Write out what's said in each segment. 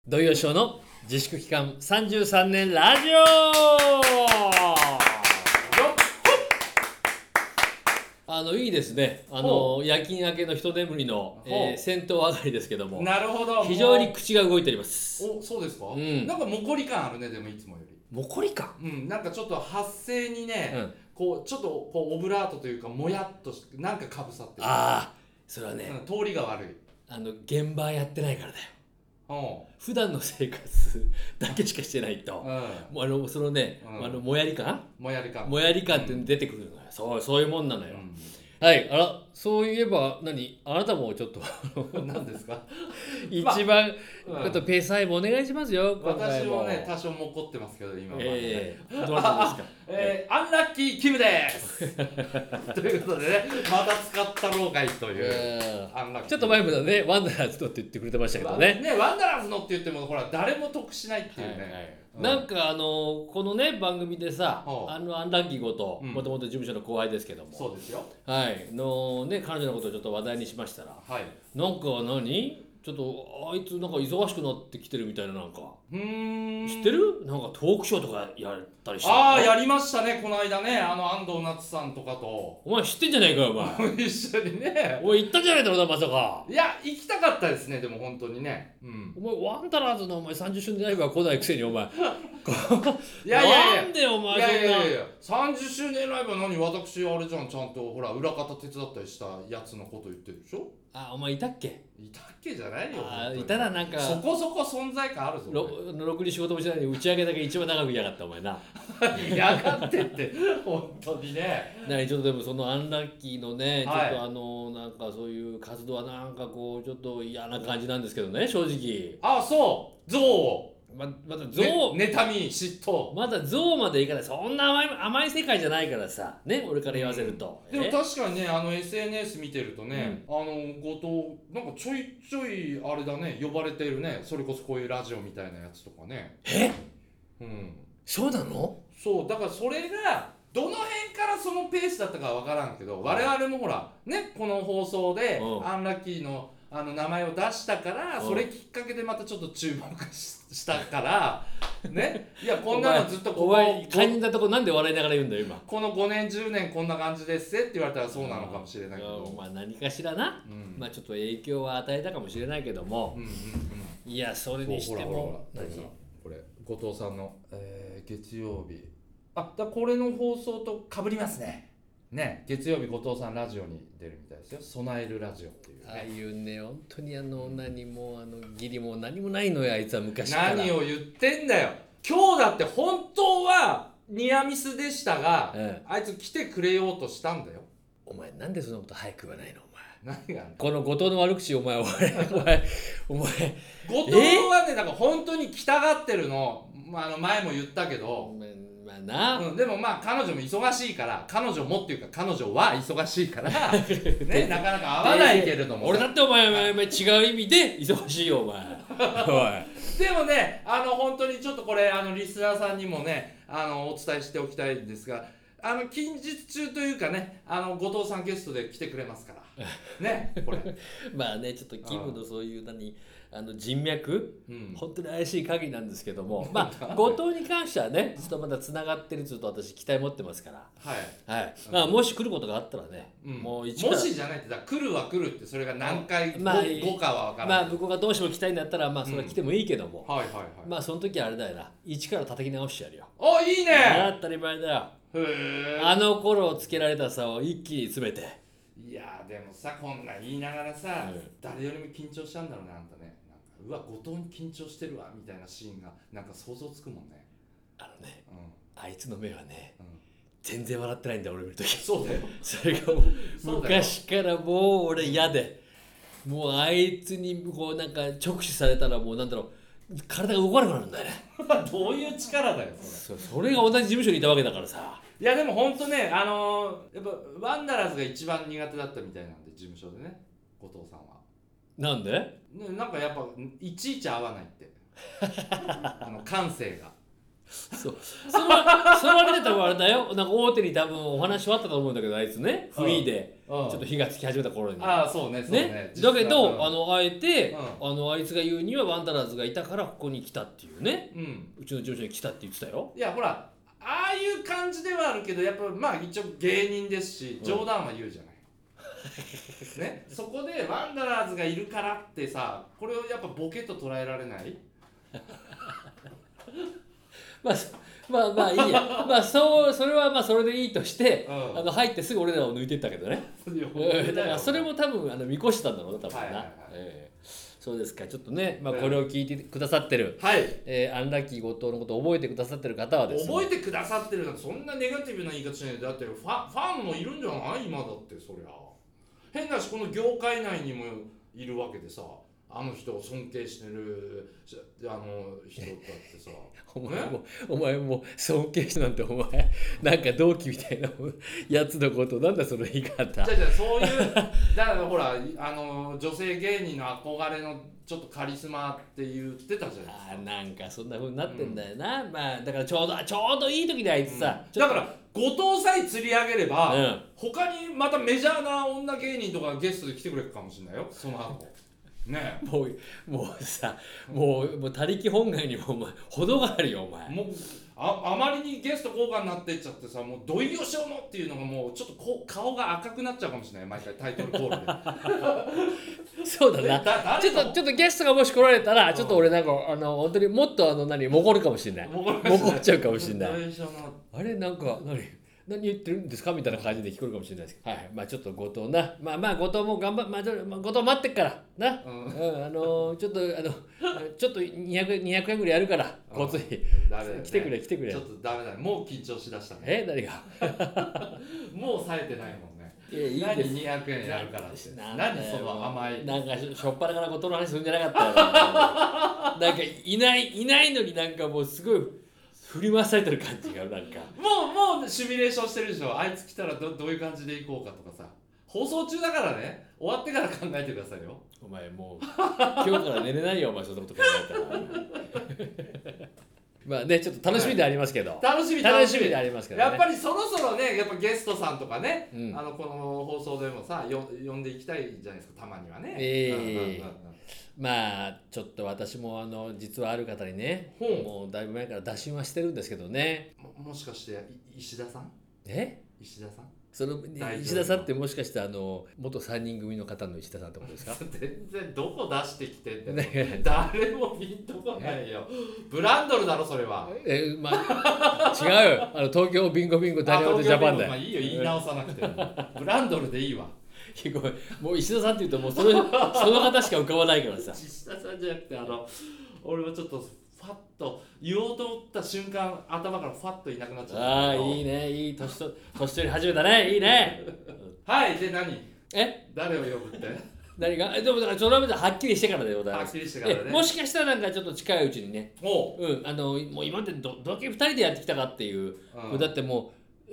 土曜ショーの自粛期間33年ラジオいいですね。夜勤明けの人眠りの、先頭上がりですけども、 なるほど。 非常に口が動いております。 お、そうですか、 うん、 なんかもこり感あるね。でもいつもよりもこり感、 なんかちょっと発声にね、こうちょっとこうオブラートというかもやっとしてなんかかぶさってる。 ああ、それはね、 通りが悪い。 現場やってないからだよ。 普段の生活だけしかしてないと、もうそのね、もやり感って出てくるのよ。そういうもんなのよ。はい、そういえばあなたもちょっと何ですか一番、ちょっとペース配分お願いしますよ。 私もね多少もこってますけど今はね、 どうなんですか。 アンラッキーキムですということでね、また使ったろうかいというアンラッキー。 ちょっと前もねワンダラーズのって言ってくれてましたけどね。 ワンダラーズのって言ってもほら誰も得しないっていうね。 なんかこのね番組でさ、アンラッキーごともともと事務所の後輩ですけども、 そうですよ。 はいのね彼女のことをちょっと話題にしましたら、なんかちょっとあいつなんか忙しくなってきてるみたいな、なんか知ってる？なんかトークショーとかやったりして。 やりましたねこの間ね、安藤夏さんとかと。 お前知ってんじゃないかよお前一緒にね。 おい行ったんじゃないだろうな、まさか。 いや行きたかったですね。でも本当にね、 お前ワンダラーズのお前30周年ライブは来ないくせにお前いやなんでお前そんな30周年ライブは何、私あれじゃん、ちゃんとほら裏方手伝ったりしたやつのこと言ってるでしょ。 お前いたっけ？ いたっけじゃないよ。 いたらなんかそこそこ存在感あるぞ。 ろくに仕事もしないのに打ち上げだけ一番長くいやがったお前なやがってって本当にね。 ちょっとでもそのアンラッキーのね、ちょっとなんかそういう活動はなんかこうちょっと嫌な感じなんですけどね、正直。 そう憎悪、 まだ憎悪、 妬み嫉妬、 まだ憎悪までいかない。そんな甘い世界じゃないからさね、俺から言わせると。 でも確かにね、SNS 見てるとね、後藤なんかちょいちょいあれだね、呼ばれてるね。それこそこういうラジオみたいなやつとかね。 そうなの？ そうだからそれがどの辺からそのペースだったかわからんけど、我々もほらね、この放送でアンラッキーの名前を出したから、それきっかけでまたちょっと注目したからね。いやこんなのずっとお前肝心なとこなんで笑いながら言うんだよ今。 この5年10年こんな感じですって言われたらそうなのかもしれないけど、 何かしらな、ちょっと影響は与えたかもしれないけども、いやそれにしてもこれ後藤さんの、月曜日これの放送とかぶりますね。月曜日後藤さんラジオに出るみたいですよ。備えるラジオっていうね。 ああいうね、本当に何も義理も何もないのよ、あいつは昔から。 何を言ってんだよ。今日だって本当はニアミスでしたが、あいつ来てくれようとしたんだよ。 お前なんでそんなこと早く言わないのお前。 何がこの後藤の悪口お前後藤はね、だから本当に来たがってるの。前も言ったけど、でも彼女も忙しいから、彼女もっていうか彼女は忙しいからね、なかなか会わないけれども、 俺だってお前違う意味で忙しいよお前でもね、本当にちょっとこれリスナーさんにもねお伝えしておきたいんですが、近日中というかね、後藤さんゲストで来てくれますからね、これちょっとキムのそういう人脈、本当に怪しい限りなんですけども、後藤に関してはね、ずっとまだつながってるずっと私期待持ってますから、もし来ることがあったらね、 もしじゃないって、来るは来るって、それが何回後かは分からない。 向こうがどうしても来たいんだったらそれは来てもいいけども、その時はあれだよな、一から叩き直してやるよ。 いいね。 当たり前だよ。 へあの頃をつけられた差を一気に詰めて。 いやでもさ、こんなん言いながらさ、誰よりも緊張したんだろうね、あんたね。うわ、後藤に緊張してるわみたいなシーンがなんか想像つくもんね。 あいつの目はね、全然笑ってないんだよ俺見るとき。 そうだよ。 それがもう昔からもう俺嫌で、もうあいつにこうなんか直視されたらもうなんだろう、体が動かなくなるんだよねどういう力だよそれが同じ事務所にいたわけだからさ。 いやでもほんとね、やっぱワンダラーズが一番苦手だったみたいなんで、事務所でね、後藤さんは。 なんで？ なんかやっぱいちいち合わないって感性が。 そうそれは出てたらあれだよ、なんか大手に多分お話はあったと思うんだけど、あいつねフリーでちょっと火がつき始めた頃に、 そうねそうねだけど、あえて、あいつが言うにはワンダラーズがいたからここに来たっていうね、うちの事務所に来たって言ってたよ。 いやほらああいう感じではあるけど、やっぱまあ一応芸人ですし冗談は言うじゃない、ね、そこでワンダラーズがいるからってさ、これをやっぱボケと捉えられない？ まあいいやそれはまあそれでいいとして、入ってすぐ俺らを抜いてったけどねだからそれも多分見越したんだろうな多分な、そうですか。ちょっとね、これを聞いてくださってる、アンラッキー後藤のことを覚えてくださってる方はですね、 覚えてくださってるなんてそんなネガティブな言い方しないで、だってファンもいるんじゃない？今だってそりゃ変だし、この業界内にもいるわけでさ、あの人を尊敬してる人だってさお前も尊敬してなんて、お前なんか同期みたいなやつのこと、なんだその言い方。 そういうだからほら女性芸人の憧れのちょっとカリスマって言ってたじゃないですか。 なんかそんな風になってんだよな、だからちょうどいい時であいつさ、 だから後藤さえ釣り上げれば、他にまたメジャーな女芸人とかゲストで来てくれるかもしれないよ、その後ね。もうさ、もう他力本願にもお前程があるよお前。 もうあまりにゲスト豪華になっていっちゃってさ、もう土井善雄のっていうのがもうちょっと顔が赤くなっちゃうかもしれない、毎回タイトルコールでそうだな、ちょっとゲストがもし来られたら、ちょっと俺なんか本当にもっともごるかもしれない、もごっちゃうかもしれない。あれなんか何言ってるんですかみたいな感じで聞こえるかもしれないですけど、ちょっと後藤な、後藤も頑張っ、後藤待ってっからな、ちょっと200円ぐらいやるから交通費、来てくれちょっとダメだね、もう緊張しだしたね。 誰がもう冖えてないもんね。何200円やるからって、何その甘い、 なんかしょっぱなから後藤の話するんじゃなかったよなんかいないのになんかもうすごい振り回されてる感じがなんかもうシミュレーションしてるでしょ。あいつ来たらどういう感じでいこうかとかさ、放送中だからね、終わってから考えてくださいよ。 お前もう今日から寝れないよお前、そんなこと考えたらね、ちょっと楽しみでありますけど、楽しみでありますけど、ね、 やっぱりそろそろね、やっぱゲストさんとかね、この放送でもさ呼んでいきたいじゃないですか、たまにはね。 ちょっと私も実はある方にね、もうだいぶ前から打診はしてるんですけどね。 もしかして石田さん？石田さん？ その石田さんってもしかして元3人組の方の石田さんってことですか？ 全然どこ出してきてんだよ誰もピンとこないよ。ブランドルだろそれは。 違うよ、東京ビンゴダイナマイトジャパンだよ。 いいよ、言い直さなくてブランドルでいいわ。 もう石田さんって言うともうその方しか浮かばないからさ。 石田さんじゃなくて俺はちょっとファッと言おうと思った瞬間、頭からファッといなくなっちゃった。 いいね、いい年取り始めたね、いいねはいで誰を呼ぶって何がでもだからそれははっきりしてからでございます。 はっきりしてからね。 もしかしたらなんかちょっと近いうちにね、もう今までどけ2人でやってきたかっていう、だってもう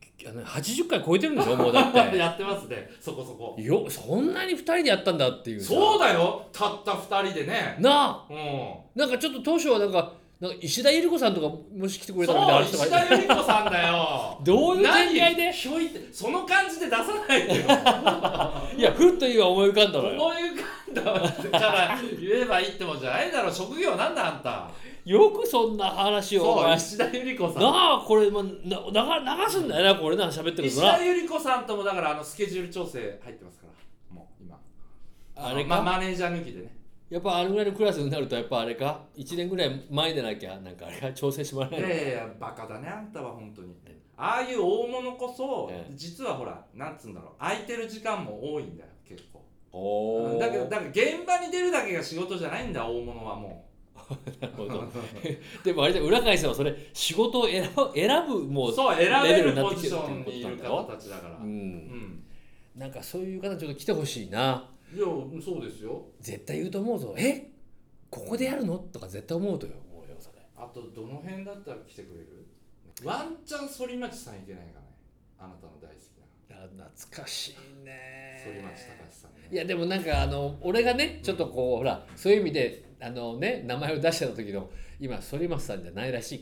80回超えてるんでしょもうだってやってますね、そこそこそんなに2人でやったんだっていう。 そうだよ、たった2人でね。 なんかちょっと当初はなんか石田ゆり子さんとかもし来てくれたらみたいな人が石田ゆり子さんだよどういう展開でひょいってその感じで出さないでよいや、ふっと言えば思い浮かんだのよ。 思い浮かんだから言えばいいってもんじゃないだろ。職業なんだあんた。 よくそんな話を。 そう、石田ゆり子さん。 これ流すんだよな、これな、喋ってるから。石田ゆり子さんともだからスケジュール調整入ってますから、もう今。あれか、マネージャー抜きでね。 やっぱあれぐらいのクラスになるとやっぱあれか、1年ぐらい前でなきゃなんかあれが調整してもらえない。 いやバカだねあんたは本当に。ああいう大物こそ、実はほらなんつうんだろう、空いてる時間も多いんだよ結構。だから現場に出るだけが仕事じゃないんだ大物はもう。 なるほどでもあれで裏返せばそれ仕事を選ぶもうそう、選べるポジションにいる方たちだから。 なんかそういう方ちょっと来てほしいな。 いやそうですよ。 絶対言うと思うぞ。ここでやるのとか絶対思うとよ。それ。 あとどの辺だったら来てくれる？ワンチャン反町さんいけないかね。あなたの大好きな。 懐かしいね。 反町隆史さんね。 いやでもなんか俺がねちょっとこうほらそういう意味で名前を出した時の今反町さんじゃないらしいから。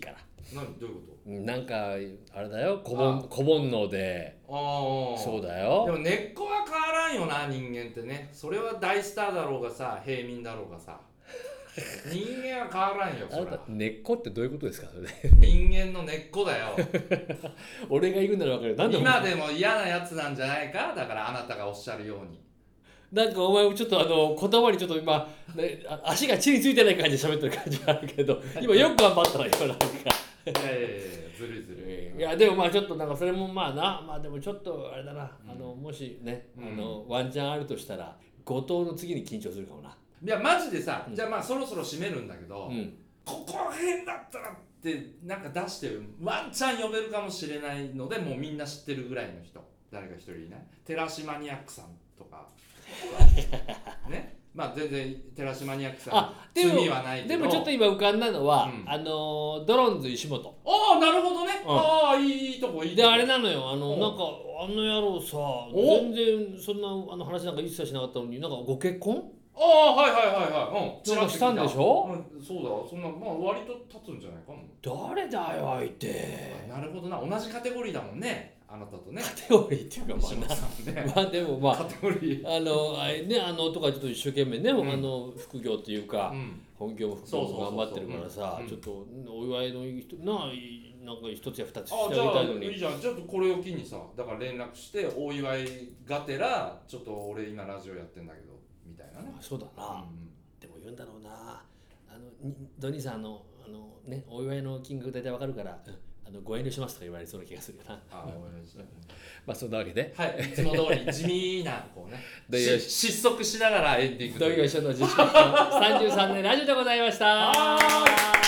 どういうこなんかあれだよ、小煩悩で。そうだよ。 でも根っこは変わらんよな、人間ってね。それは大スターだろうがさ、平民だろうがさ、人間は変わらんよ。 あなた根っこってどういうことですか、それ。 人間の根っこだよ。 俺が言うなら分かる。なんで今でも嫌なやつなんじゃないか。だからあなたがおっしゃるように。 なんかお前ちょっと言葉にちょっと今、ね、足が地についてない感じで喋ってる感じがあるけど、今よく頑張ったな、今なんか。 いやずるいずるい。 いやでもまあちょっとなんかそれもまあな、まあでもちょっとあれだな、もしね、ワンチャンあるとしたら後藤の次に緊張するかもな。 いやマジでさ、じゃあまあそろそろ締めるんだけど、ここら辺だったらってなんか出してワンチャン呼べるかもしれないので、もうみんな知ってるぐらいの人、誰か一人いない？寺島ニアックさんとかね、まあ全然寺島ニアックさん罪はないけど、 でもちょっと今浮かんだのは、ドロンズ石本。 ああなるほどね、ああいいとこいいとこであれなのよ、なんか野郎さ、全然そんな話なんか一切しなかったのに、なんかご結婚？ ああはいはいはいはい、 なんかしたんでしょ？ そうだ、そんなまあ割と経つんじゃないかな。 誰だよ相手。 なるほどな、同じカテゴリーだもんね、あなたとね。 カテゴリーっていうかまあでもまあカテゴリーとかちょっと一生懸命ね、副業っていうか、本業も副業も頑張ってるからさ、ちょっとお祝いのなんか一つや二つしてあげたいのに。 いいじゃん、ちょっとこれを機にさ、だから連絡してお祝いがてら、ちょっと俺今ラジオやってんだけどみたいなね。 そうだな、でも言うんだろうな、ドニーさんね、お祝いの金額大体わかるから、ご遠慮しますとか言われそうな気がするよな。まあそんなわけで、 はい、いつも通り地味なこうね失速しながらエンディング。 土曜日の自粛の33年ラジオでございました。